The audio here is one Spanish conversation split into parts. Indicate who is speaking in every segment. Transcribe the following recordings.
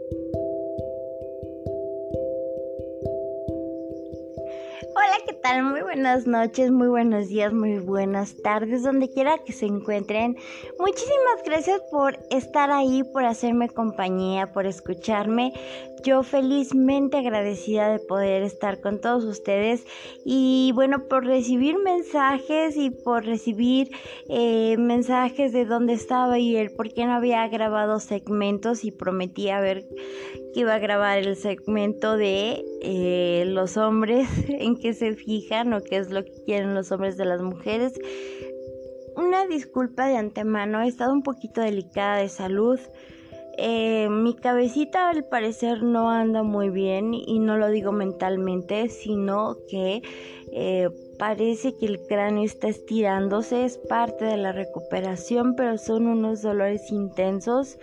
Speaker 1: Hola, ¿qué tal? Muy buenas noches, muy buenos días, muy buenas tardes, donde quiera que se encuentren. Muchísimas gracias por estar ahí, por hacerme compañía, por escucharme. Yo felizmente agradecida de poder estar con todos ustedes y bueno, por recibir mensajes y por recibir mensajes de dónde estaba y el por qué no había grabado segmentos, y prometí a ver que iba a grabar el segmento de los hombres, en qué se fijan o qué es lo que quieren los hombres de las mujeres. Una disculpa de antemano, he estado un poquito delicada de salud. Mi cabecita al parecer no anda muy bien, y no lo digo mentalmente, sino que parece que el cráneo está estirándose. Es parte de la recuperación, pero son unos dolores intensos.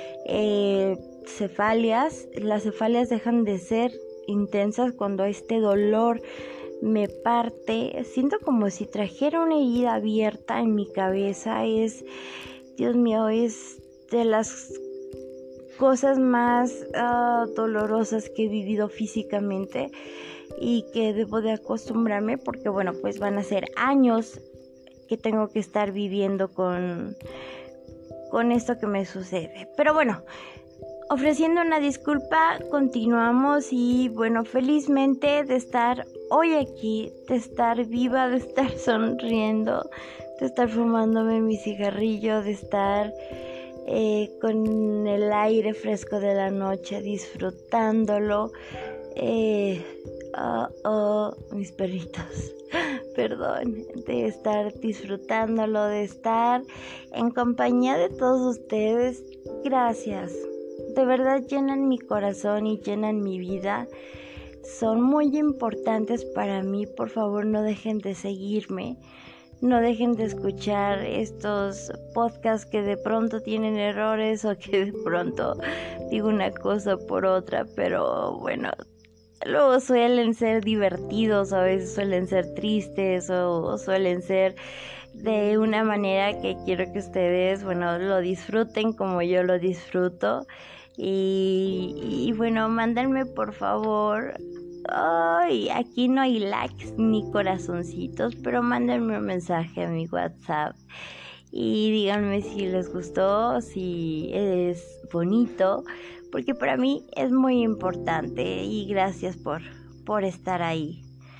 Speaker 1: Cefalias. Las cefalias dejan de ser intensas cuando este dolor me parte. Siento como si trajera una herida abierta en mi cabeza. Dios mío, es de las cosas más dolorosas que he vivido físicamente, y que debo de acostumbrarme porque bueno, pues van a ser años que tengo que estar viviendo con esto que me sucede. Pero bueno, ofreciendo una disculpa, continuamos. Y bueno, felizmente de estar hoy aquí, de estar viva, de estar sonriendo, de estar fumándome mi cigarrillo, de estar con el aire fresco de la noche, disfrutándolo. Mis perritos, perdón, de estar disfrutándolo, de estar en compañía de todos ustedes. Gracias, de verdad llenan mi corazón y llenan mi vida. Son muy importantes para mí. Por favor, no dejen de seguirme. No dejen de escuchar estos podcasts que de pronto tienen errores, o que de pronto digo una cosa por otra, pero bueno, luego suelen ser divertidos, a veces suelen ser tristes, o suelen ser de una manera que quiero que ustedes, bueno, lo disfruten como yo lo disfruto. Y bueno, mándenme por favor. Ay, aquí no hay likes ni corazoncitos, pero mándenme un mensaje a mi WhatsApp y díganme si les gustó, si es bonito, porque para mí es muy importante. Y gracias por estar ahí.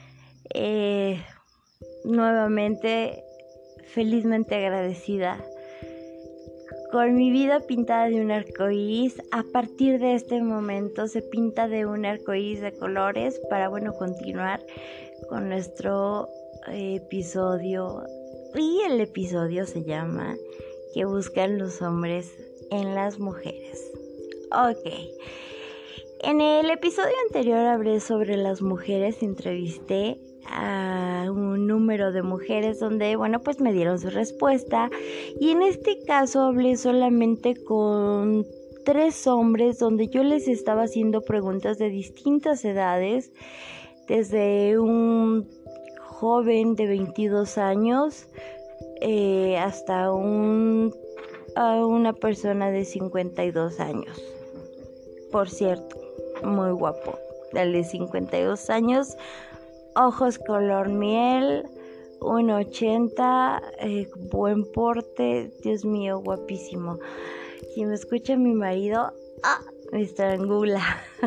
Speaker 1: Nuevamente, felizmente agradecida, con mi vida pintada de un arcoíris. A partir de este momento se pinta de un arcoíris de colores para, bueno, continuar con nuestro episodio. Y el episodio se llama ¿Qué buscan los hombres en las mujeres? Ok. En el episodio anterior hablé sobre las mujeres, entrevisté a un número de mujeres donde, bueno, pues me dieron su respuesta, y en este caso hablé solamente con 3 hombres donde yo les estaba haciendo preguntas de distintas edades, desde un joven de 22 años hasta a una persona de 52 años. Por cierto, muy guapo, el de 52 años, ojos color miel, 1.80, buen porte, Dios mío, guapísimo. Si me escucha mi marido, me estrangula.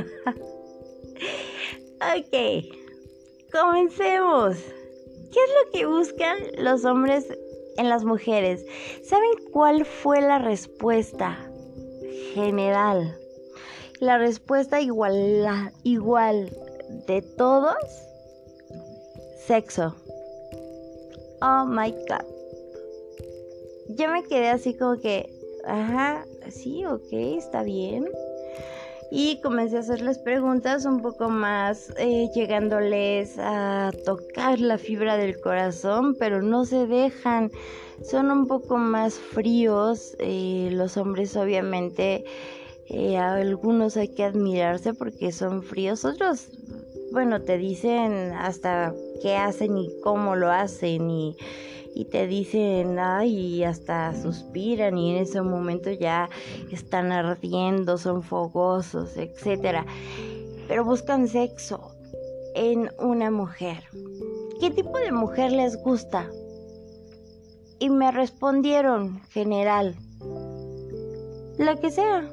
Speaker 1: Ok, comencemos. ¿Qué es lo que buscan los hombres en las mujeres? ¿Saben cuál fue la respuesta general? La respuesta igual de todos: sexo. Oh my God. Yo me quedé así como que, ajá, sí, ok, está bien. Y comencé a hacerles preguntas un poco más, llegándoles a tocar la fibra del corazón, pero no se dejan. Son un poco más fríos. Los hombres, obviamente, a algunos hay que admirarse porque son fríos. Otros, bueno, te dicen hasta qué hacen y cómo lo hacen, y y te dicen, ay, y hasta suspiran y en ese momento ya están ardiendo, son fogosos, etcétera. Pero buscan sexo en una mujer. ¿Qué tipo de mujer les gusta? Y me respondieron, general, la que sea.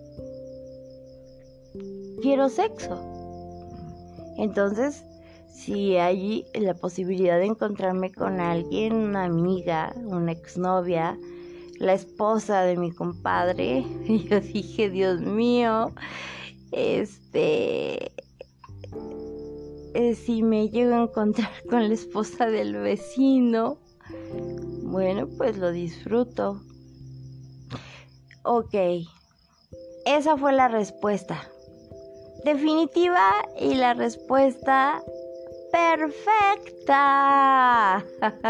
Speaker 1: Quiero sexo. Entonces, si hay la posibilidad de encontrarme con alguien, una amiga, una exnovia, la esposa de mi compadre, yo dije, Dios mío, si me llego a encontrar con la esposa del vecino, bueno, pues lo disfruto. Ok, esa fue la respuesta definitiva y la respuesta perfecta.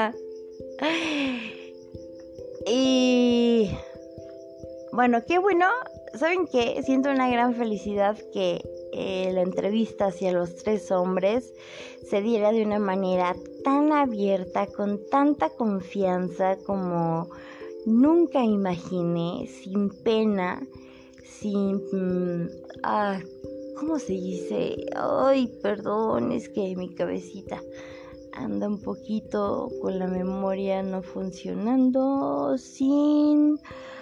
Speaker 1: Y bueno, qué bueno. ¿Saben qué? Siento una gran felicidad que la entrevista hacia los 3 hombres se diera de una manera tan abierta, con tanta confianza como nunca imaginé, sin pena, sin... ¿cómo se dice? Ay, perdón, es que mi cabecita anda un poquito con la memoria no funcionando, sin...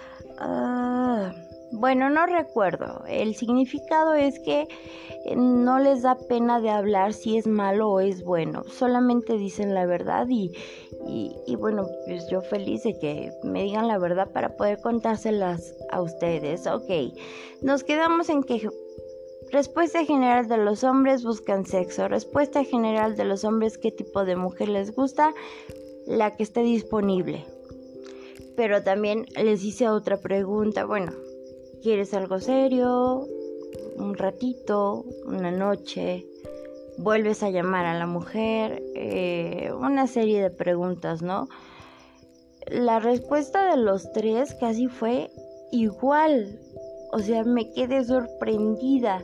Speaker 1: bueno, no recuerdo. El significado es que no les da pena de hablar si es malo o es bueno. Solamente dicen la verdad y bueno, pues yo feliz de que me digan la verdad para poder contárselas a ustedes. Ok, nos quedamos en que respuesta general de los hombres buscan sexo. Respuesta general de los hombres, ¿qué tipo de mujer les gusta? La que esté disponible. Pero también les hice otra pregunta. Bueno, ¿quieres algo serio? Un ratito, una noche. ¿Vuelves a llamar a la mujer? Una serie de preguntas, ¿no? La respuesta de los 3 casi fue igual. O sea, me quedé sorprendida.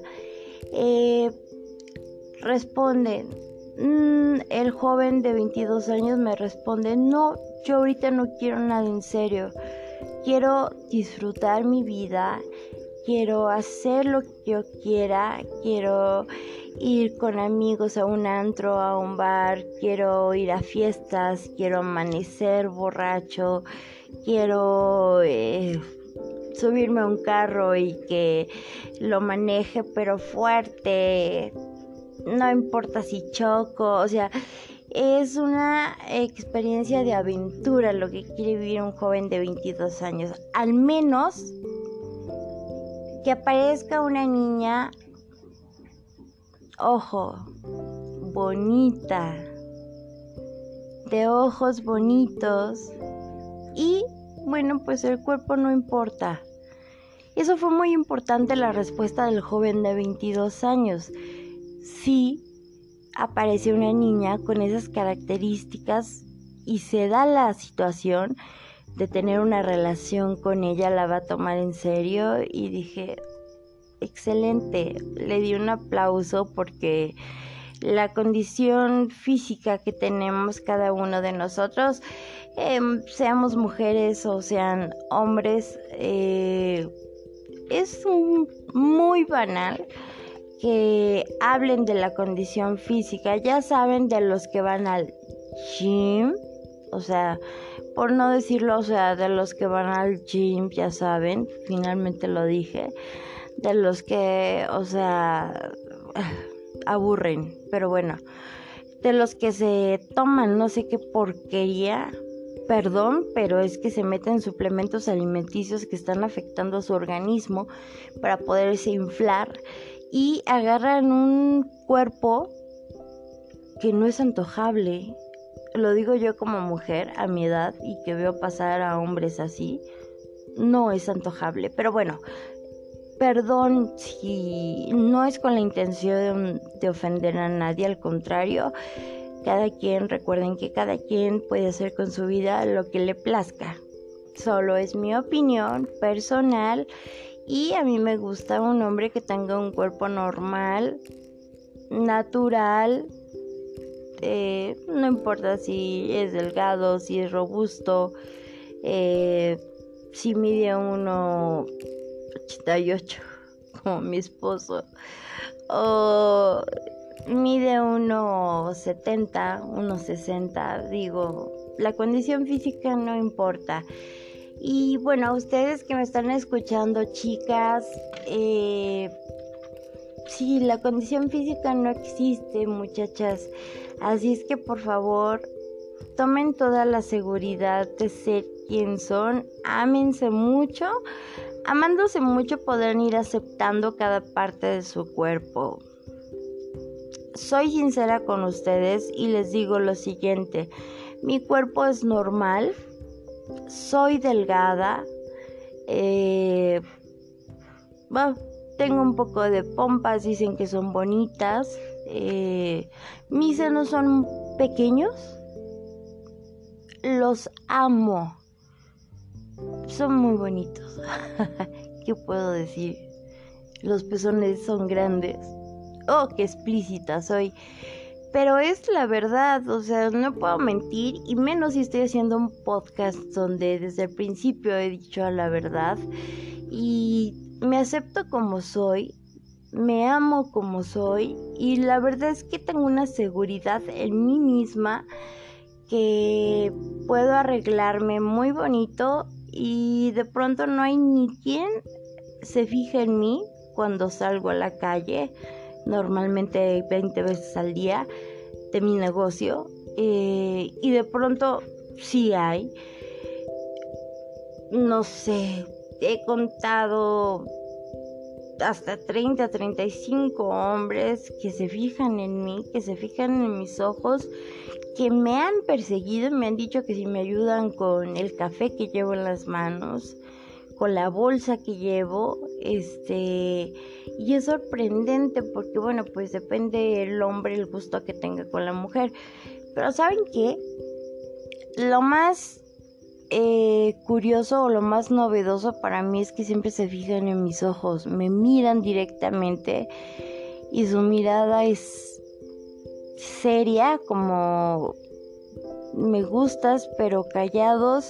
Speaker 1: Responden. El joven de 22 años me responde, no, yo ahorita no quiero nada en serio. Quiero disfrutar mi vida, quiero hacer lo que yo quiera, quiero ir con amigos a un antro, a un bar, quiero ir a fiestas, quiero amanecer borracho, quiero subirme a un carro y que lo maneje pero fuerte, no importa si choco, o sea, es una experiencia de aventura lo que quiere vivir un joven de 22 años. Al menos que aparezca una niña, ojo, bonita, de ojos bonitos y, bueno, pues el cuerpo no importa. Eso fue muy importante la respuesta del joven de 22 años. Sí, aparece una niña con esas características y se da la situación de tener una relación con ella, la va a tomar en serio y dije, excelente, le di un aplauso porque la condición física que tenemos cada uno de nosotros, seamos mujeres o sean hombres, es muy banal que hablen de la condición física. Ya saben, de los que van al gym, o sea, por no decirlo, o sea, de los que van al gym, ya saben, finalmente lo dije, de los que, o sea, aburren, pero bueno, de los que se toman no sé qué porquería, perdón, pero es que se meten suplementos alimenticios que están afectando a su organismo para poderse inflar y agarran un cuerpo que no es antojable. Lo digo yo como mujer a mi edad y que veo pasar a hombres así, no es antojable, pero bueno, perdón si no es con la intención de ofender a nadie, al contrario, cada quien, recuerden que cada quien puede hacer con su vida lo que le plazca. Solo es mi opinión personal y a mí me gusta un hombre que tenga un cuerpo normal, natural, no importa si es delgado, si es robusto, si mide 1,88 como mi esposo, o mide 1,70, 1,60, digo, la condición física no importa. Y bueno, a ustedes que me están escuchando, chicas, sí, la condición física no existe, muchachas, así es que por favor tomen toda la seguridad de ser quien son, ámense mucho. Amándose mucho podrán ir aceptando cada parte de su cuerpo. Soy sincera con ustedes y les digo lo siguiente: mi cuerpo es normal, soy delgada, tengo un poco de pompas, dicen que son bonitas, mis senos son pequeños, los amo, son muy bonitos. ¿Qué puedo decir? Los pezones son grandes. Oh, qué explícita soy. Pero es la verdad, o sea, no puedo mentir, y menos si estoy haciendo un podcast donde desde el principio he dicho la verdad. Y me acepto como soy, me amo como soy, y la verdad es que tengo una seguridad en mí misma que puedo arreglarme muy bonito y de pronto no hay ni quien se fije en mí cuando salgo a la calle, normalmente 20 veces al día de mi negocio, y de pronto sí hay, no sé, he contado hasta 30, 35 hombres que se fijan en mí, que se fijan en mis ojos, que me han perseguido, me han dicho que si me ayudan con el café que llevo en las manos, con la bolsa que llevo, y es sorprendente porque bueno, pues depende el hombre, el gusto que tenga con la mujer. Pero ¿saben qué? Lo más curioso o lo más novedoso para mí es que siempre se fijan en mis ojos, me miran directamente y su mirada es seria, como me gustas pero callados.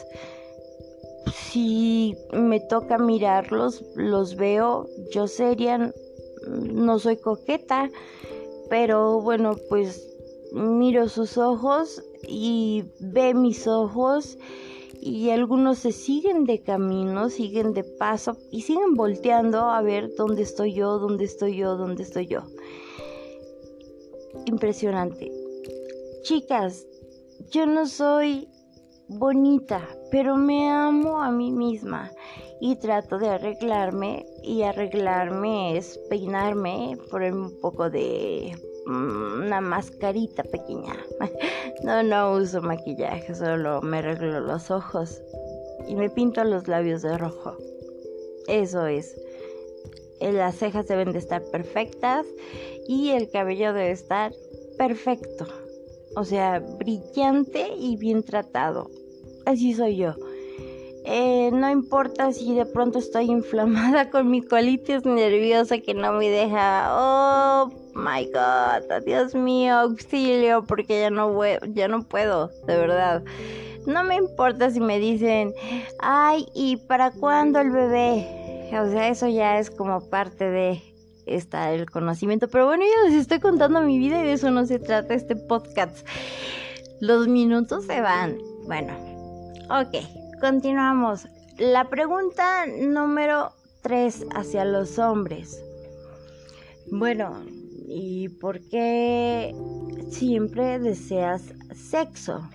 Speaker 1: Si me toca mirarlos, los veo, yo seria, no soy coqueta, pero bueno, pues miro sus ojos y ve mis ojos, y algunos se siguen de camino, siguen de paso y siguen volteando a ver dónde estoy yo, dónde estoy yo, dónde estoy yo. Impresionante. Chicas, yo no soy bonita, pero me amo a mí misma y trato de arreglarme, y arreglarme es peinarme, ponerme un poco de una mascarita pequeña. No uso maquillaje, solo me arreglo los ojos y me pinto los labios de rojo. Eso es. Las cejas deben de estar perfectas y el cabello debe estar perfecto, o sea, brillante y bien tratado. Así soy yo. No importa si de pronto estoy inflamada con mi colitis nerviosa que no me deja. Oh my God, Dios mío, auxilio, porque ya no puedo, de verdad. No me importa si me dicen, ay, ¿y para cuándo el bebé? O sea, eso ya es como parte de el conocimiento. Pero bueno, yo les estoy contando mi vida y de eso no se trata este podcast. Los minutos se van. Bueno, ok, continuamos. La pregunta número 3 hacia los hombres. Bueno, ¿y por qué siempre deseas sexo?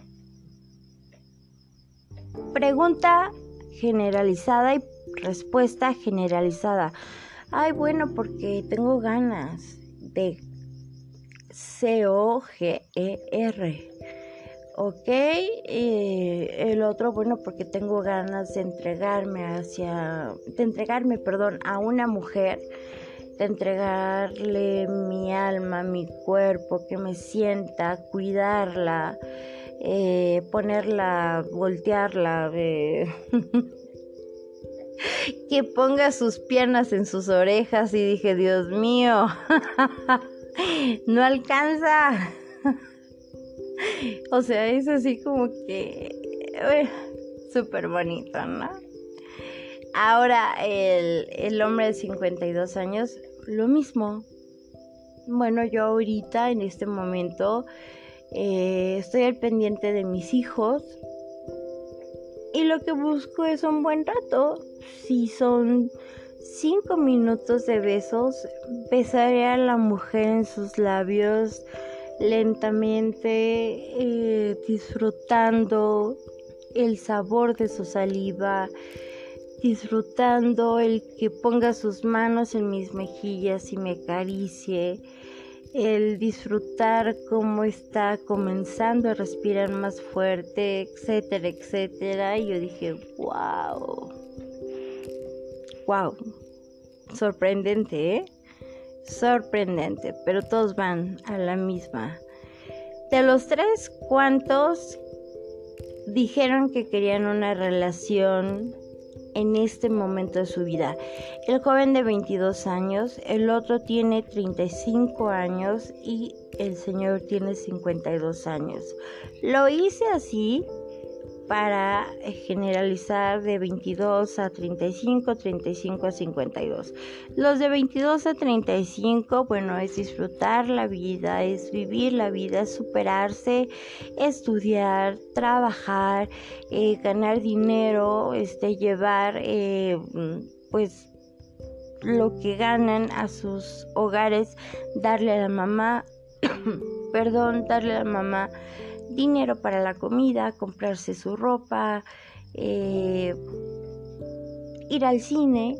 Speaker 1: Pregunta generalizada y respuesta generalizada. Ay, bueno, porque tengo ganas de COGER. Ok, el otro, bueno, porque tengo ganas de entregarme a una mujer, de entregarle mi alma, mi cuerpo, que me sienta, cuidarla, ponerla, voltearla, que ponga sus piernas en sus orejas, y dije, Dios mío, no alcanza. O sea, es así como que súper bonito, ¿no? Ahora el hombre de 52 años, lo mismo. Bueno, yo ahorita en este momento estoy al pendiente de mis hijos y lo que busco es un buen rato. Si son 5 minutos de besos, besaré a la mujer en sus labios lentamente, disfrutando el sabor de su saliva, disfrutando el que ponga sus manos en mis mejillas y me acaricie, el disfrutar cómo está comenzando a respirar más fuerte, etcétera, etcétera. Y yo dije, wow, sorprendente, sorprendente, pero todos van a la misma. De los 3, ¿cuántos dijeron que querían una relación en este momento de su vida? El joven de 22 años, el otro tiene 35 años y el señor tiene 52 años. Lo hice así para generalizar de 22 a 35, 35 a 52. Los de 22 a 35, bueno, es disfrutar la vida, es vivir la vida, es superarse, estudiar, trabajar, ganar dinero, llevar pues lo que ganan a sus hogares, darle a la mamá, darle a la mamá dinero para la comida, comprarse su ropa, ir al cine,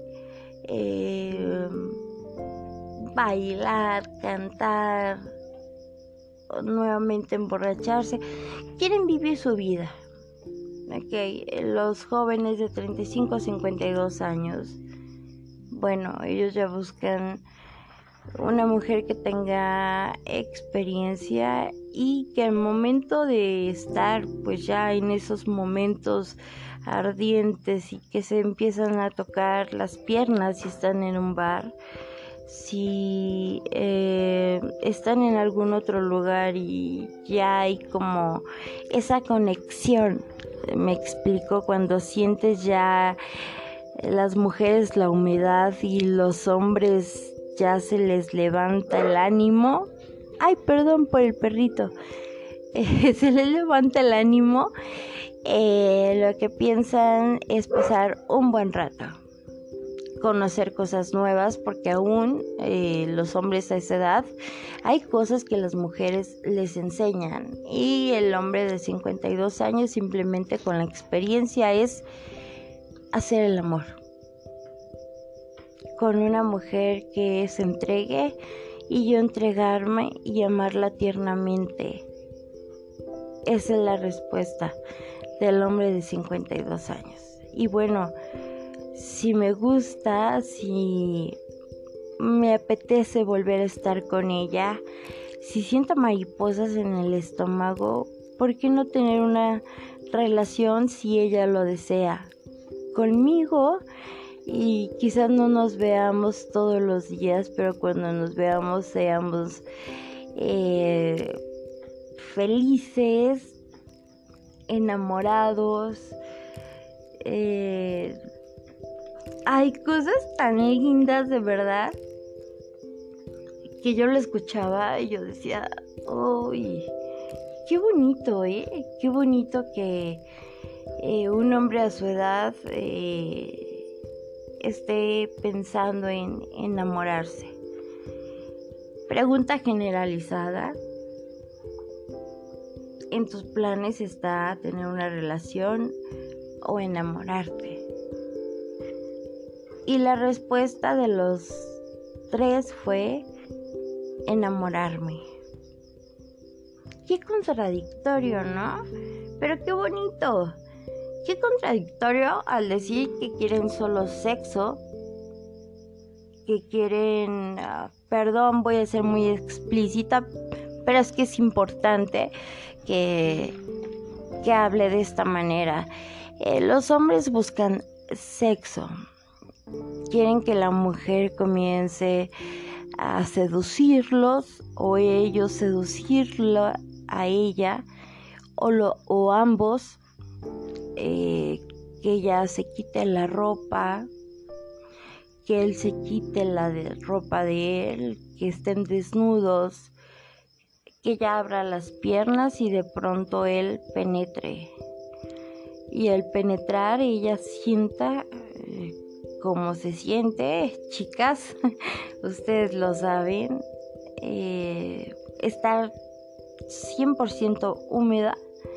Speaker 1: bailar, cantar, nuevamente emborracharse. Quieren vivir su vida. Okay. Los jóvenes de 35 a 52 años, bueno, ellos ya buscan una mujer que tenga experiencia y que al momento de estar pues ya en esos momentos ardientes y que se empiezan a tocar las piernas si están en un bar, si están en algún otro lugar y ya hay como esa conexión, me explico, cuando sientes ya las mujeres la humedad y los hombres ya se les levanta el ánimo. Ay, perdón por el perrito. Se les levanta el ánimo. Lo que piensan es pasar un buen rato, conocer cosas nuevas, porque aún los hombres a esa edad hay cosas que las mujeres les enseñan y el hombre de 52 años simplemente con la experiencia es hacer el amor con una mujer que se entregue y yo entregarme y amarla tiernamente. Esa es la respuesta del hombre de 52 años. Y bueno, si me gusta, si me apetece volver a estar con ella, si siento mariposas en el estómago, ¿por qué no tener una relación si ella lo desea conmigo? Y quizás no nos veamos todos los días, pero cuando nos veamos seamos felices, enamorados. Hay cosas tan lindas, de verdad, que yo lo escuchaba y yo decía, ¡uy! Qué bonito, qué bonito que un hombre a su edad esté pensando en enamorarse. Pregunta generalizada: ¿en tus planes está tener una relación o enamorarte? Y la respuesta de los 3 fue enamorarme. Qué contradictorio, ¿no? Pero qué bonito. Qué contradictorio al decir que quieren solo sexo, que quieren, perdón, voy a ser muy explícita, pero es que es importante que hable de esta manera. Los hombres buscan sexo, quieren que la mujer comience a seducirlos o ellos seducirla a ella o ambos, que ella se quite la ropa, que él se quite ropa de él, que estén desnudos, que ella abra las piernas y de pronto él penetre. Y al penetrar ella sienta como se siente, chicas, ustedes lo saben, estar 100% húmeda,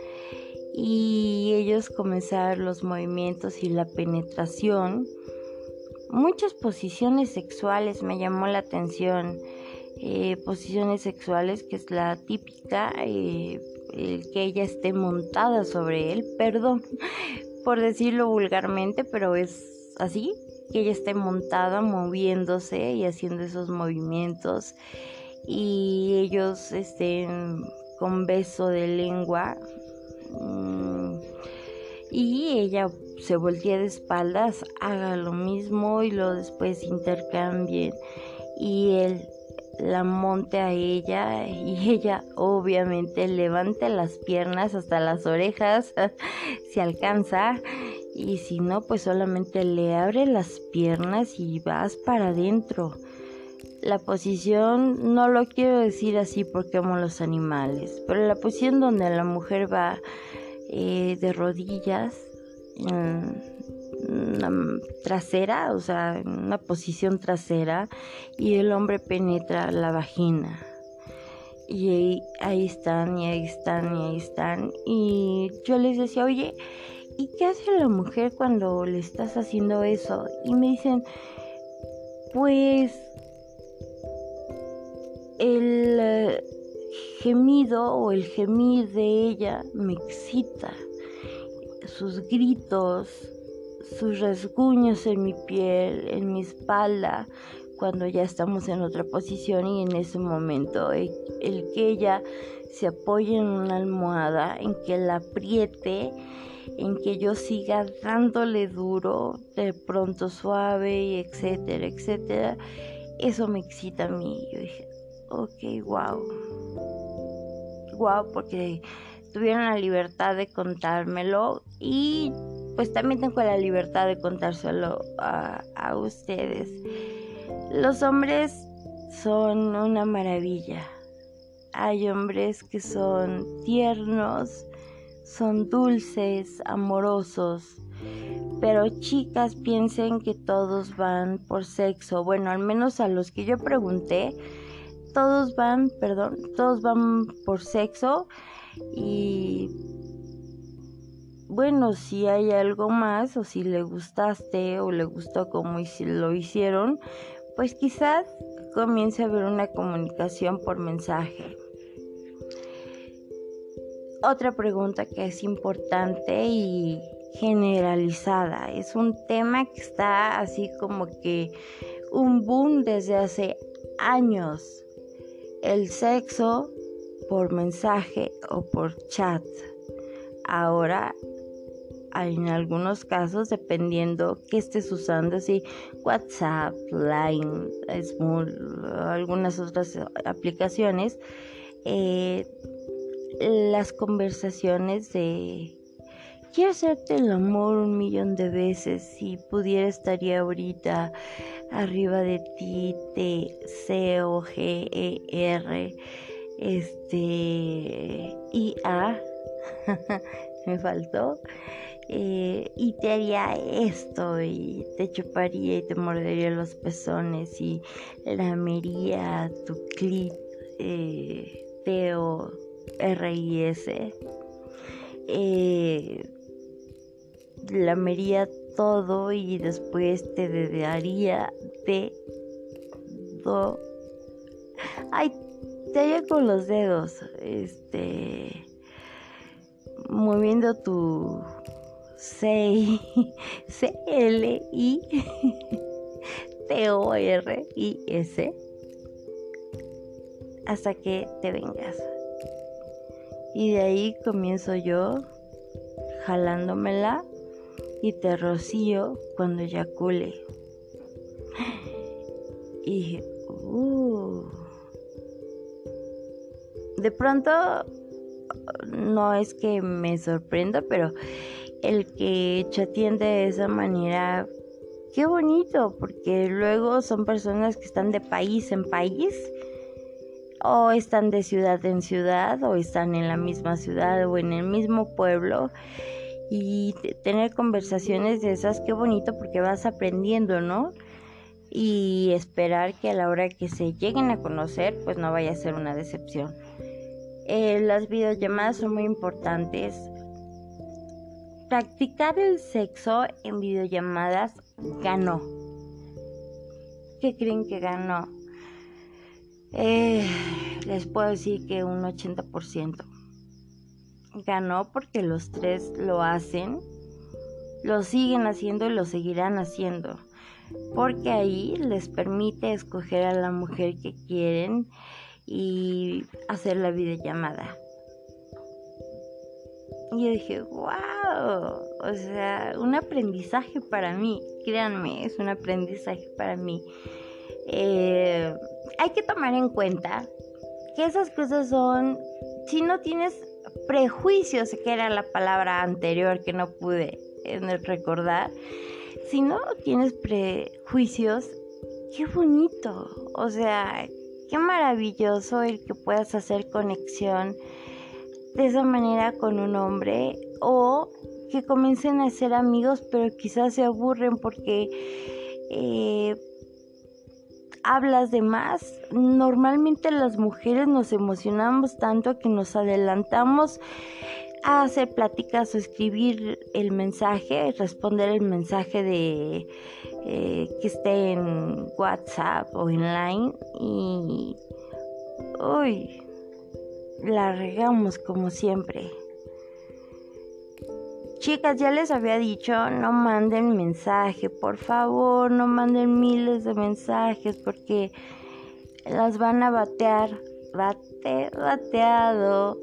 Speaker 1: y ellos comenzar los movimientos y la penetración. Muchas posiciones sexuales me llamó la atención, posiciones sexuales que es la típica, el que ella esté montada sobre él, perdón por decirlo vulgarmente, pero es así, que ella esté montada, moviéndose y haciendo esos movimientos, y ellos estén con beso de lengua, y ella se voltee de espaldas, haga lo mismo y lo después intercambien, y él la monte a ella y ella obviamente levante las piernas hasta las orejas si alcanza, y si no pues solamente le abre las piernas y vas para adentro. La posición, no lo quiero decir así porque amo los animales, pero la posición donde la mujer va de rodillas, una trasera, o sea, una posición trasera, y el hombre penetra la vagina. Y ahí están, y ahí están, y ahí están. Y yo les decía, oye, ¿y qué hace la mujer cuando le estás haciendo eso? Y me dicen, pues el gemido o el gemir de ella me excita. Sus gritos, sus rasguños en mi piel, en mi espalda, cuando ya estamos en otra posición, y en ese momento el que ella se apoye en una almohada, en que la apriete, en que yo siga dándole duro, de pronto suave, y etcétera, etcétera, eso me excita a mí. Yo dije, ok, wow, porque tuvieron la libertad de contármelo, y pues también tengo la libertad de contárselo a ustedes. Los hombres son una maravilla. Hay hombres que son tiernos, son dulces, amorosos, pero chicas, piensen que todos van por sexo. Bueno, al menos a los que yo pregunté, todos van por sexo. Y bueno, si hay algo más, o si le gustaste o le gustó como lo hicieron, pues quizás comience a haber una comunicación por mensaje. Otra pregunta que es importante y generalizada, es un tema que está así como que un boom desde hace años: el sexo por mensaje o por chat. Ahora, en algunos casos, dependiendo que estés usando, así WhatsApp, Line, Small, algunas otras aplicaciones, las conversaciones de quiero hacerte el amor 1,000,000 de veces, si pudiera estaría ahorita arriba de ti, TCOGER, IA, me faltó, y te haría esto, y te chuparía y te mordería los pezones y lamería tu clit, TORIS, lamería todo, y después te daría te haría con los dedos, moviendo tu CLITORIS hasta que te vengas. Y de ahí comienzo yo jalándomela y te rocío cuando eyacule. Y de pronto no es que me sorprenda, pero el que chateen de esa manera, qué bonito, porque luego son personas que están de país en país, o están de ciudad en ciudad, o están en la misma ciudad o en el mismo pueblo, y tener conversaciones de esas, qué bonito, porque vas aprendiendo, ¿no? Y esperar que a la hora que se lleguen a conocer, pues no vaya a ser una decepción. Las videollamadas son muy importantes. Practicar el sexo en videollamadas ganó. ¿Qué creen que ganó? Les puedo decir que un 80%. Ganó porque los tres lo hacen, lo siguen haciendo y lo seguirán haciendo. Porque ahí les permite escoger a la mujer que quieren y hacer la videollamada. Y yo dije, wow, o sea, un aprendizaje para mí, créanme, es un aprendizaje para mí. Hay que tomar en cuenta que esas cosas son, si no tienes prejuicios, que era la palabra anterior que no pude recordar, si no tienes prejuicios, qué bonito, o sea, qué maravilloso el que puedas hacer conexión de esa manera con un hombre, o que comiencen a ser amigos, pero quizás se aburren porque hablas de más. Normalmente las mujeres nos emocionamos tanto que nos adelantamos a hacer pláticas o escribir el mensaje, responder el mensaje de que esté en WhatsApp o en Line, y la regamos como siempre. Chicas, ya les había dicho, no manden mensaje, por favor, no manden miles de mensajes porque las van a batear. Bateado.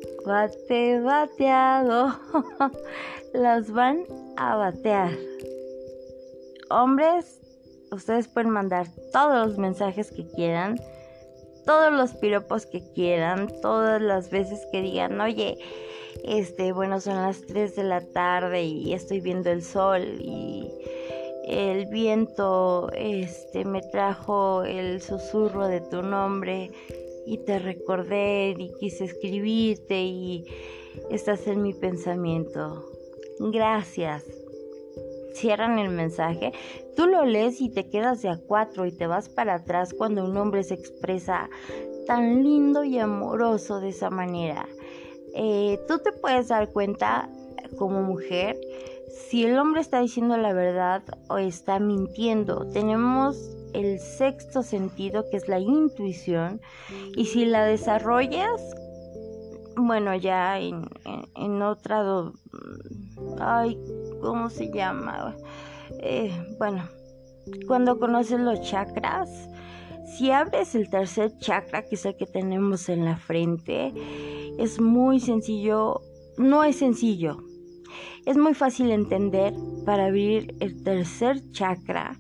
Speaker 1: Las van a batear. Hombres, ustedes pueden mandar todos los mensajes que quieran, todos los piropos que quieran, todas las veces que digan, oye, bueno, son las 3 de la tarde y estoy viendo el sol y el viento me trajo el susurro de tu nombre y te recordé y quise escribirte y estás en mi pensamiento. Gracias. Cierran el mensaje, tú lo lees y te quedas de a 4 y te vas para atrás cuando un hombre se expresa tan lindo y amoroso de esa manera. Tú te puedes dar cuenta como mujer si el hombre está diciendo la verdad o está mintiendo. Tenemos el sexto sentido, que es la intuición, y si la desarrollas, bueno, ya en otra ¿cómo se llama? Bueno, cuando conoces los chakras, si abres el tercer chakra, que es el que tenemos en la frente, es muy sencillo, no es sencillo, es muy fácil entender para abrir el tercer chakra,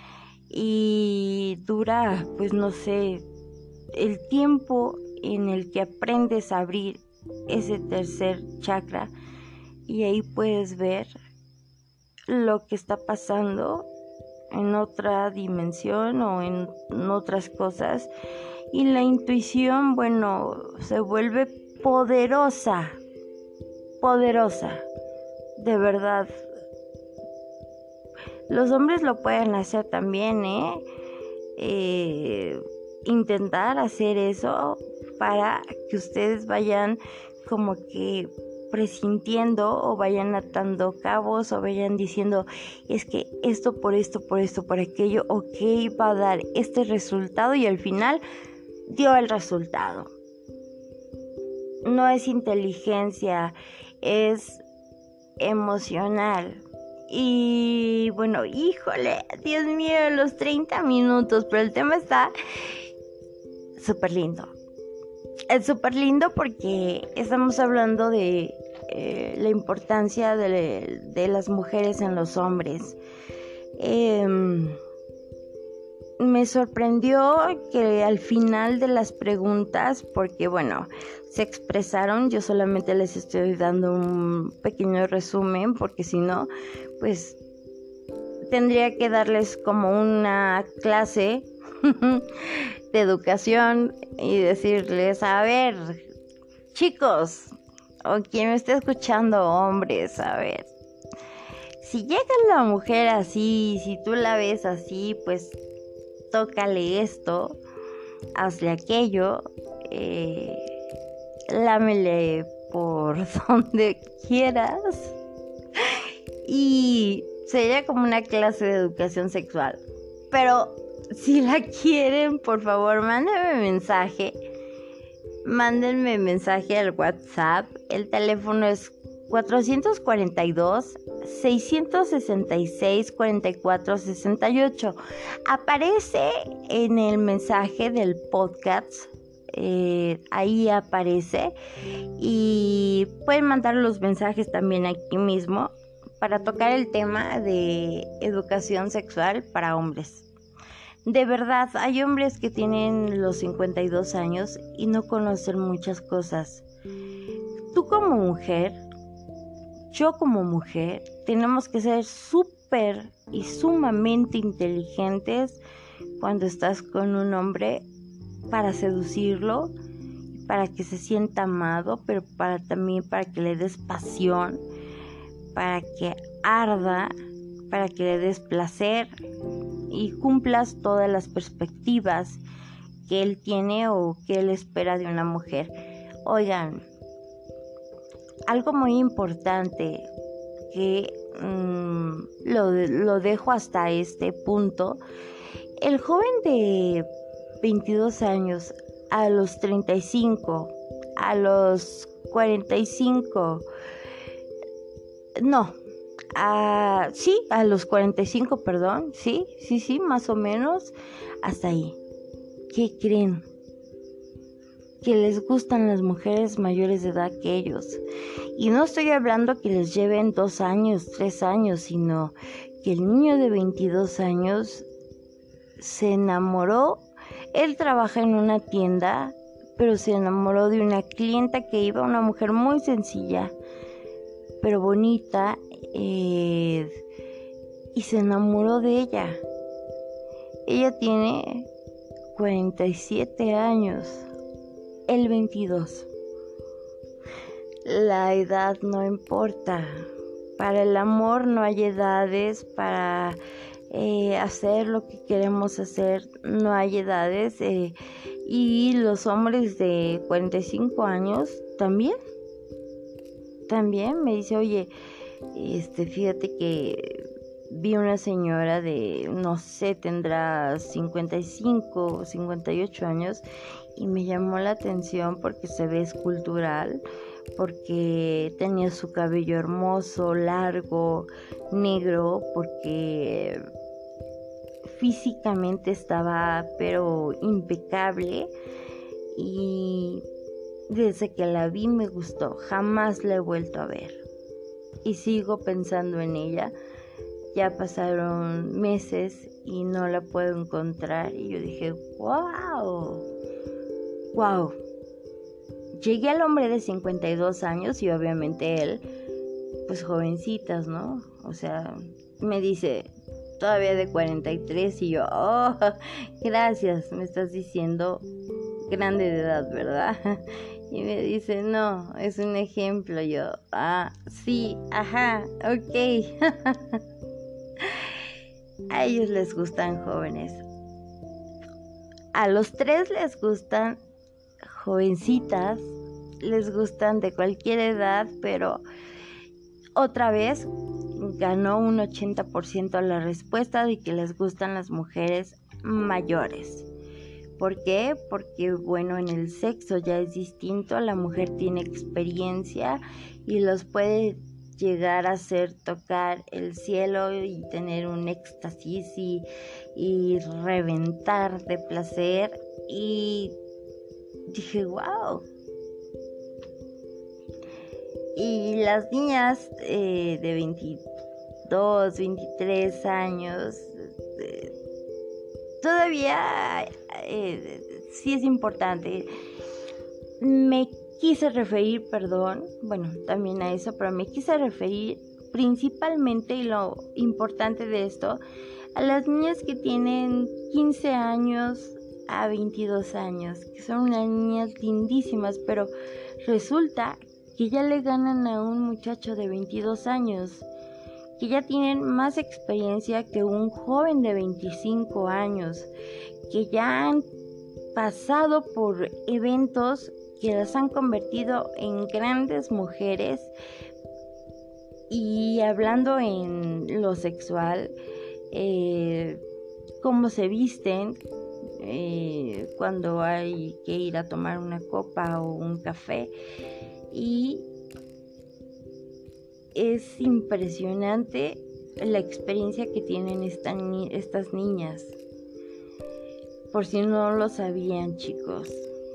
Speaker 1: y dura, pues no sé, el tiempo en el que aprendes a abrir ese tercer chakra, y ahí puedes ver lo que está pasando en otra dimensión o en otras cosas, y la intuición, bueno, se vuelve poderosa, de verdad. Los hombres lo pueden hacer también, intentar hacer eso para que ustedes vayan como que presintiendo o vayan atando cabos o vayan diciendo, es que esto, por aquello, ok, va a dar este resultado, y al final dio el resultado. No es inteligencia, es emocional. Y bueno, híjole, Dios mío, los 30 minutos, pero el tema está súper lindo. Es súper lindo porque estamos hablando de la importancia de las mujeres en los hombres. me sorprendió que al final de las preguntas, porque bueno, se expresaron, yo solamente les estoy dando un pequeño resumen, porque si no, pues tendría que darles como una clase de educación y decirles, a ver, chicos, o quien me esté escuchando, hombres, a ver, si llega la mujer así, si tú la ves así, pues tócale esto, hazle aquello, lámele por donde quieras. Y sería como una clase de educación sexual. Pero si la quieren, por favor, mándenme mensaje al WhatsApp. El teléfono es 442-666-4468. Aparece en el mensaje del podcast. Ahí aparece. Y pueden mandar los mensajes también aquí mismo para tocar el tema de educación sexual para hombres. De verdad, hay hombres que tienen los 52 años y no conocen muchas cosas. Tú como mujer, yo como mujer, tenemos que ser súper y sumamente inteligentes cuando estás con un hombre para seducirlo, para que se sienta amado, pero también para que le des pasión, para que arda, para que le des placer y cumplas todas las perspectivas que él tiene o que él espera de una mujer. Oigan, algo muy importante que lo dejo hasta este punto. El joven de 22 años a los 35, a los 45, no, a los 45, perdón, sí, más o menos, hasta ahí. ¿Qué creen? Que les gustan las mujeres mayores de edad que ellos. Y no estoy hablando que les lleven 2 años, 3 años, sino que el niño de 22 años se enamoró. Él trabaja en una tienda, pero se enamoró de una clienta que iba, una mujer muy sencilla, pero bonita, y se enamoró de ella. Ella tiene 47 años, él 22. La edad no importa. Para el amor no hay edades, para hacer lo que queremos hacer no hay edades, y los hombres de 45 años también me dice, oye, fíjate que vi una señora de, no sé, tendrá 55 o 58 años y me llamó la atención porque se ve escultural, porque tenía su cabello hermoso, largo, negro, porque físicamente estaba pero impecable, y desde que la vi me gustó, jamás la he vuelto a ver y sigo pensando en ella. Ya pasaron meses y no la puedo encontrar, y yo dije, wow. Llegué al hombre de 52 años y obviamente él, pues jovencitas, ¿no? O sea, me dice, todavía de 43, y yo, oh, gracias, me estás diciendo grande de edad, ¿verdad? Y me dice, no, es un ejemplo. Yo, sí, ajá, ok. A ellos les gustan jóvenes. A los 3 les gustan jovencitas, les gustan de cualquier edad, pero otra vez ganó un 80% la respuesta de que les gustan las mujeres mayores. ¿Por qué? Porque bueno, en el sexo ya es distinto, la mujer tiene experiencia y los puede llegar a hacer tocar el cielo y tener un éxtasis y reventar de placer. Y dije, wow. Y las niñas de 22, 23 años, todavía sí es importante. Me quise referir, bueno, también a eso, pero me quise referir principalmente, y lo importante de esto, a las niñas que tienen 15 años a 22 años, que son unas niñas lindísimas, pero resulta que ya le ganan a un muchacho de 22 años, que ya tienen más experiencia que un joven de 25 años, que ya han pasado por eventos que las han convertido en grandes mujeres. Y hablando en lo sexual, cómo se visten cuando hay que ir a tomar una copa o un café, y es impresionante la experiencia que tienen estas niñas, por si no lo sabían, chicos.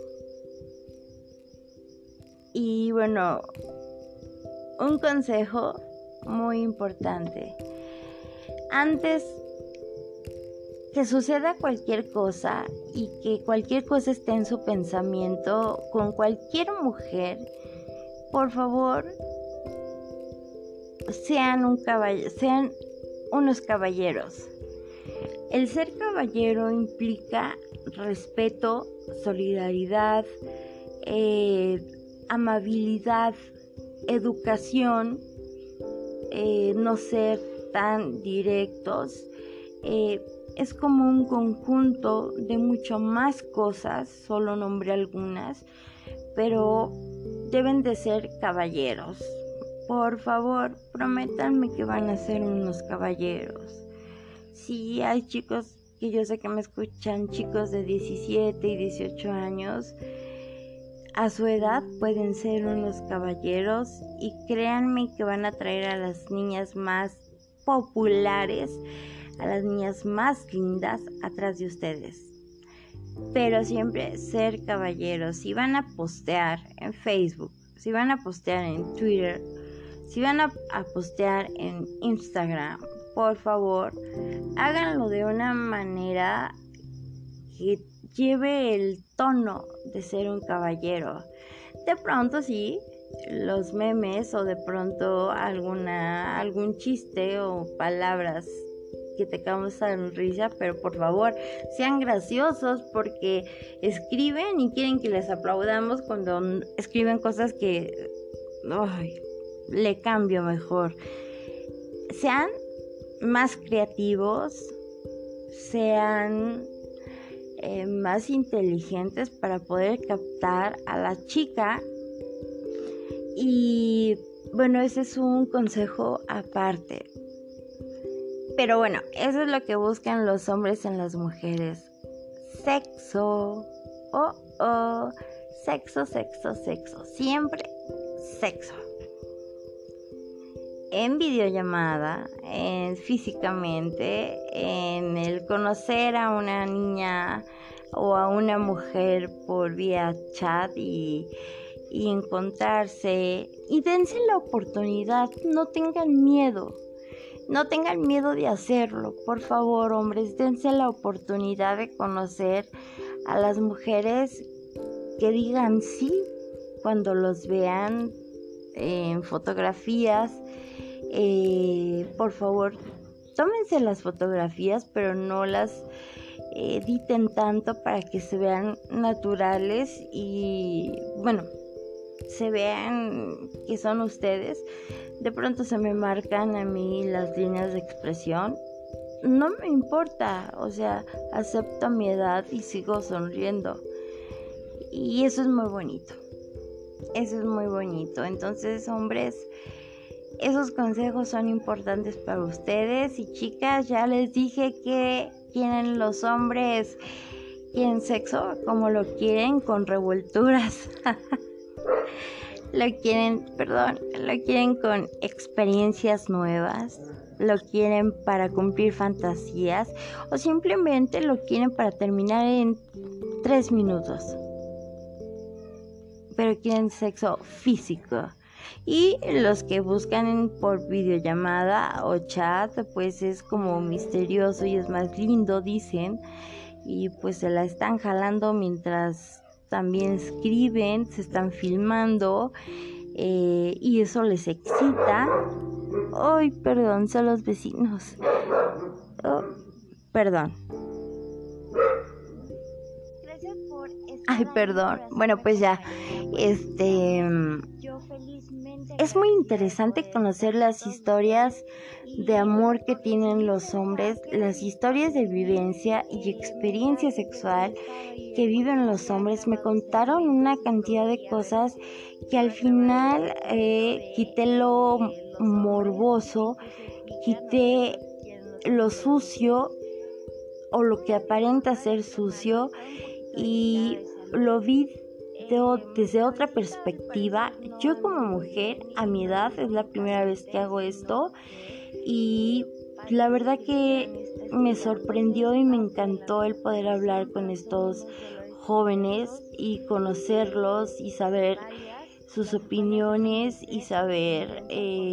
Speaker 1: Y bueno, un consejo muy importante: antes que suceda cualquier cosa y que cualquier cosa esté en su pensamiento con cualquier mujer, por favor, sean unos caballeros. El ser caballero implica respeto, solidaridad, amabilidad, educación, no ser tan directos. Es como un conjunto de mucho más cosas, solo nombré algunas, pero deben de ser caballeros. Por favor, prométanme que van a ser unos caballeros. Si hay chicos que yo sé que me escuchan, chicos de 17 y 18 años, a su edad pueden ser unos caballeros, y créanme que van a traer a las niñas más populares, a las niñas más lindas atrás de ustedes. Pero siempre ser caballeros. Si van a postear en Facebook, si van a postear en Twitter, si van a postear en Instagram, por favor, háganlo de una manera que lleve el tono de ser un caballero. De pronto sí, los memes, o de pronto algún chiste o palabras que te causan risa, pero por favor sean graciosos, porque escriben y quieren que les aplaudamos cuando escriben cosas que le cambio mejor. Sean más creativos, sean más inteligentes para poder captar a la chica. Y bueno, ese es un consejo aparte. Pero bueno, eso es lo que buscan los hombres en las mujeres: sexo. Sexo, siempre sexo. En videollamada, físicamente, en el conocer a una niña o a una mujer por vía chat y encontrarse, y dense la oportunidad. No tengan miedo de hacerlo. Por favor, hombres, dense la oportunidad de conocer a las mujeres, que digan sí cuando los vean en fotografías. Por favor, tómense las fotografías, pero no las editen tanto, para que se vean naturales y bueno, se vean que son ustedes. De pronto se me marcan a mí las líneas de expresión. No me importa, o sea, acepto mi edad y sigo sonriendo. Y eso es muy bonito. Entonces, hombres, esos consejos son importantes para ustedes. Y chicas, ya les dije que quieren los hombres, quieren sexo como lo quieren, con revolturas. Lo quieren con experiencias nuevas, lo quieren para cumplir fantasías, o simplemente lo quieren para terminar en 3 minutos. Pero quieren sexo físico. Y los que buscan por videollamada o chat, pues es como misterioso y es más lindo, dicen. Y pues se la están jalando mientras también escriben, se están filmando, y eso les excita. Ay, perdón, son los vecinos. Oh, perdón. Ay, perdón. Bueno, pues ya, es muy interesante conocer las historias de amor que tienen los hombres, las historias de vivencia y experiencia sexual que viven los hombres. Me contaron una cantidad de cosas que al final quité lo morboso, quité lo sucio o lo que aparenta ser sucio y lo vi desde otra perspectiva. Yo como mujer a mi edad es la primera vez que hago esto y la verdad que me sorprendió y me encantó el poder hablar con estos jóvenes y conocerlos y saber sus opiniones y saber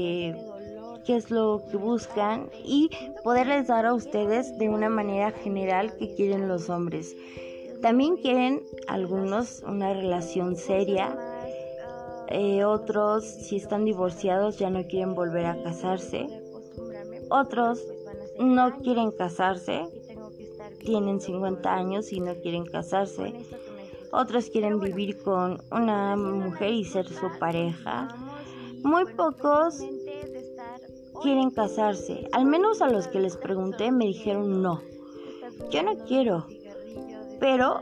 Speaker 1: qué es lo que buscan y poderles dar a ustedes de una manera general qué quieren los hombres. También quieren algunos una relación seria, otros si están divorciados ya no quieren volver a casarse, otros no quieren casarse, tienen 50 años y no quieren casarse, otros quieren vivir con una mujer y ser su pareja, muy pocos quieren casarse. Al menos a los que les pregunté me dijeron no, yo no quiero. Pero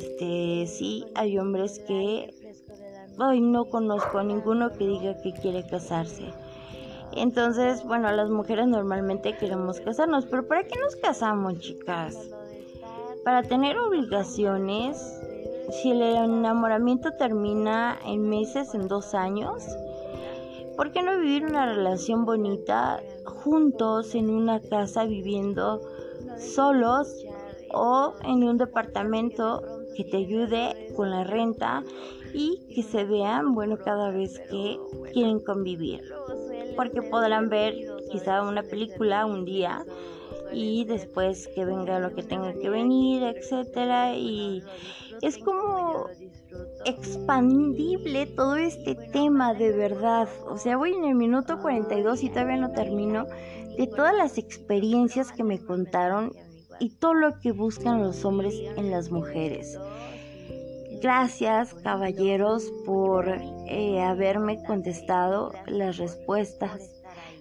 Speaker 1: sí hay hombres que hoy no conozco a ninguno que diga que quiere casarse. Entonces, bueno, las mujeres normalmente queremos casarnos, pero ¿para qué nos casamos, chicas? Para tener obligaciones. Si el enamoramiento termina en meses, en 2 años, ¿por qué no vivir una relación bonita juntos en una casa viviendo solos o en un departamento que te ayude con la renta y que se vean, bueno, cada vez que quieren convivir? Porque podrán ver quizá una película un día y después que venga lo que tenga que venir, etcétera, y es como expandible todo este tema de verdad. O sea, voy en el minuto 42 y todavía no termino de todas las experiencias que me contaron y todo lo que buscan los hombres en las mujeres. Gracias, caballeros, por haberme contestado las respuestas,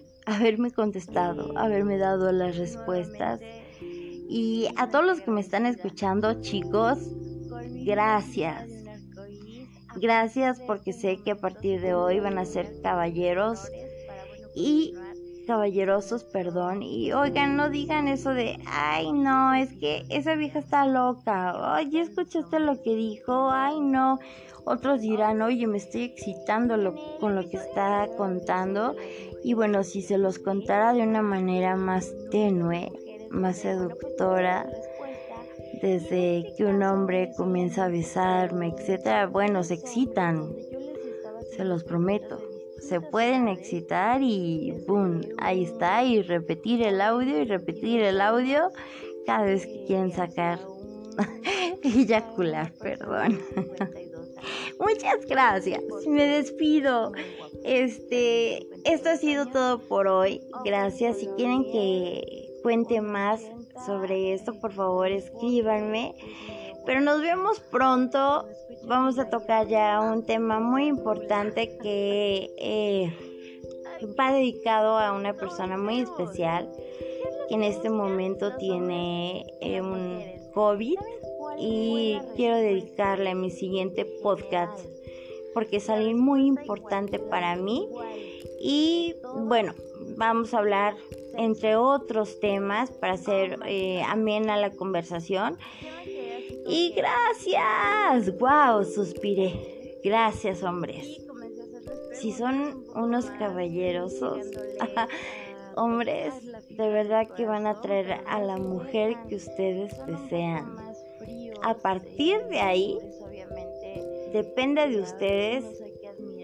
Speaker 1: haberme dado las respuestas. Y a todos los que me están escuchando, chicos, gracias. Gracias porque sé que a partir de hoy van a ser caballeros y caballerosos, perdón. Y oigan, no digan eso de, ay no, es que esa vieja está loca, ay, ¿ya escuchaste lo que dijo? Ay no. Otros dirán, oye, me estoy excitando con lo que está contando. Y bueno, si se los contara de una manera más tenue, más seductora, desde que un hombre comienza a besarme, etcétera, bueno, se excitan, se los prometo. Se pueden excitar y ¡boom! Ahí está, y repetir el audio cada vez que quieren sacar, eyacular, perdón. Muchas gracias, me despido. Esto ha sido todo por hoy. Gracias. Si quieren que cuente más sobre esto, por favor escríbanme. Pero nos vemos pronto. Vamos a tocar ya un tema muy importante que va dedicado a una persona muy especial que en este momento tiene un COVID y quiero dedicarle a mi siguiente podcast porque es algo muy importante para mí. Y bueno, vamos a hablar entre otros temas para hacer amena la conversación. Y gracias, wow, suspiré. Gracias, hombres. Si son unos caballerosos, hombres, de verdad que van a traer a la mujer que ustedes desean. A partir de ahí, depende de ustedes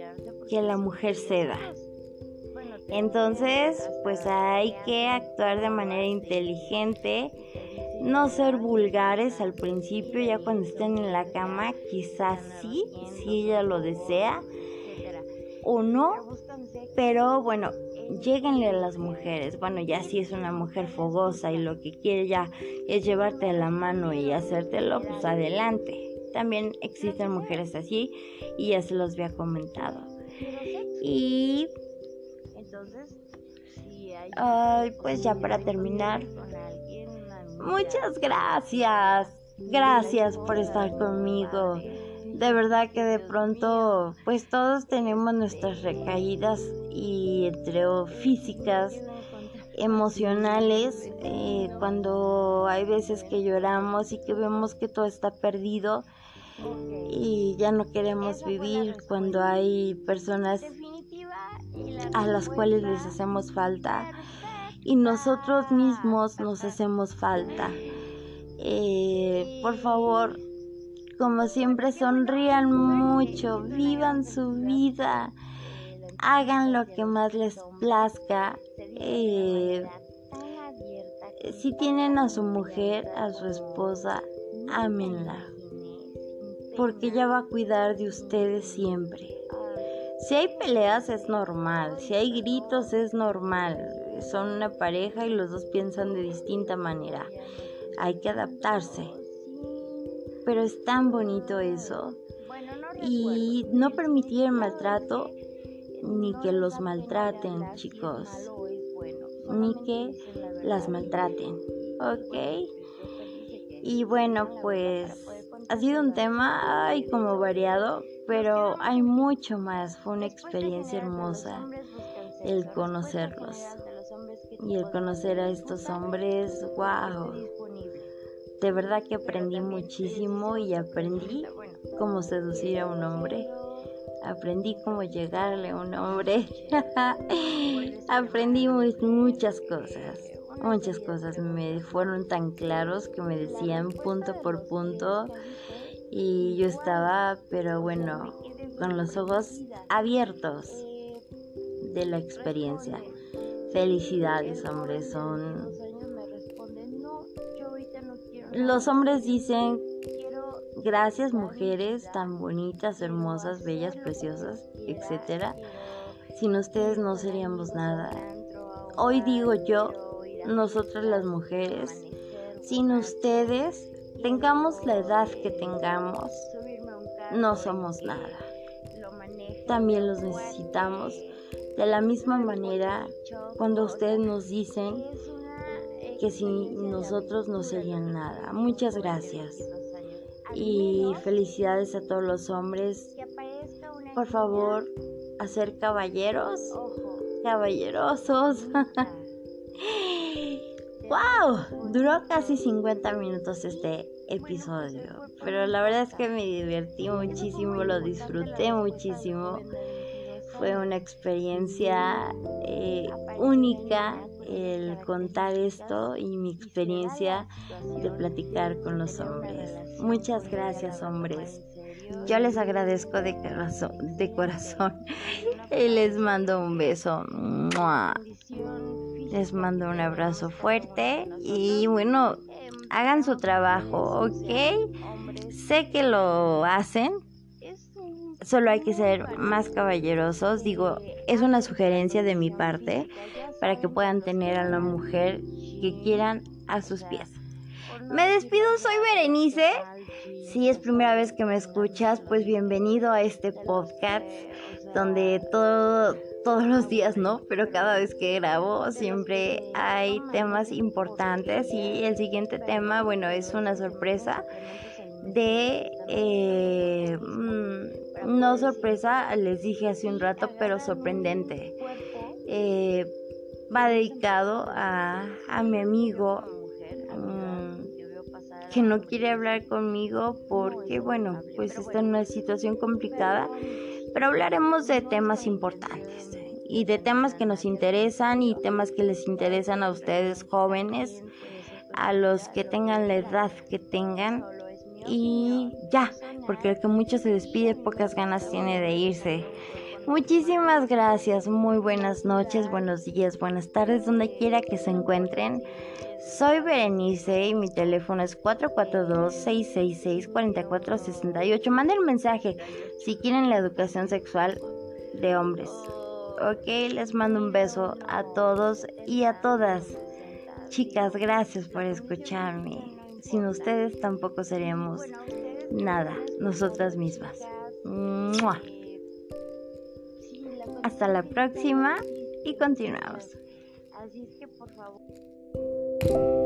Speaker 1: que la mujer ceda. Entonces, pues hay que actuar de manera inteligente, no ser vulgares al principio, ya cuando estén en la cama, quizás sí, si ella lo desea o no, pero bueno, lléguenle a las mujeres. Bueno, ya si es una mujer fogosa y lo que quiere ya es llevarte de la mano y hacértelo, pues adelante. También existen mujeres así y ya se los había comentado. Y pues ya para terminar, muchas gracias por estar conmigo. De verdad que de pronto pues todos tenemos nuestras recaídas, y entre físicas, emocionales, cuando hay veces que lloramos y que vemos que todo está perdido y ya no queremos vivir, cuando hay personas a las cuales les hacemos falta y nosotros mismos nos hacemos falta. Por favor, como siempre, sonrían mucho, vivan su vida, hagan lo que más les plazca. Si tienen a su mujer, a su esposa, ámenla, porque ella va a cuidar de ustedes siempre. Si hay peleas es normal, si hay gritos es normal, son una pareja y los dos piensan de distinta manera, hay que adaptarse, pero es tan bonito eso, y no permitir el maltrato, ni que los maltraten, chicos, ni que las maltraten, ¿ok? Y bueno, pues ha sido un tema como variado, pero hay mucho más. Fue una experiencia hermosa el conocerlos y el conocer a estos hombres. Wow, de verdad que aprendí muchísimo, y aprendí cómo seducir a un hombre, aprendí cómo llegarle a un hombre. Aprendí muchas cosas me fueron tan claros que me decían punto por punto, y yo estaba, pero bueno, con los ojos abiertos de la experiencia. Felicidades, hombres. Los hombres dicen gracias, mujeres tan bonitas, hermosas, bellas, preciosas, etcétera. Sin ustedes no seríamos nada. Hoy digo yo, nosotras las mujeres, sin ustedes, tengamos la edad que tengamos, no somos nada. También los necesitamos. De la misma manera, cuando ustedes nos dicen que sin nosotros no serían nada. Muchas gracias. Y felicidades a todos los hombres. Por favor, a ser caballerosos. ¡Wow! Duró casi 50 minutos este episodio, pero la verdad es que me divertí muchísimo, lo disfruté muchísimo. Fue una experiencia única el contar esto, y mi experiencia de platicar con los hombres. Muchas gracias, hombres. Yo les agradezco de corazón y les mando un beso. ¡Mua! Les mando un abrazo fuerte y bueno, hagan su trabajo, ¿ok? Sé que lo hacen, solo hay que ser más caballerosos. Digo, es una sugerencia de mi parte para que puedan tener a la mujer que quieran a sus pies. Me despido, soy Berenice. Si es primera vez que me escuchas, pues bienvenido a este podcast donde todos los días no, pero cada vez que grabo siempre hay temas importantes, y el siguiente tema, bueno, es una sorpresa no sorpresa, les dije hace un rato, pero sorprendente. Va dedicado a mi amigo que no quiere hablar conmigo porque, bueno, pues está en una situación complicada, pero hablaremos de temas importantes y de temas que nos interesan y temas que les interesan a ustedes jóvenes, a los que tengan la edad que tengan, y ya, porque el que mucho se despide, pocas ganas tiene de irse. Muchísimas gracias, muy buenas noches, buenos días, buenas tardes, donde quiera que se encuentren. Soy Berenice y mi teléfono es 442-666-4468. Manden un mensaje si quieren la educación sexual de hombres. Ok, les mando un beso a todos y a todas. Chicas, gracias por escucharme. Sin ustedes tampoco seríamos nada, nosotras mismas. ¡Mua! Hasta la próxima y continuamos. Así es que por favor.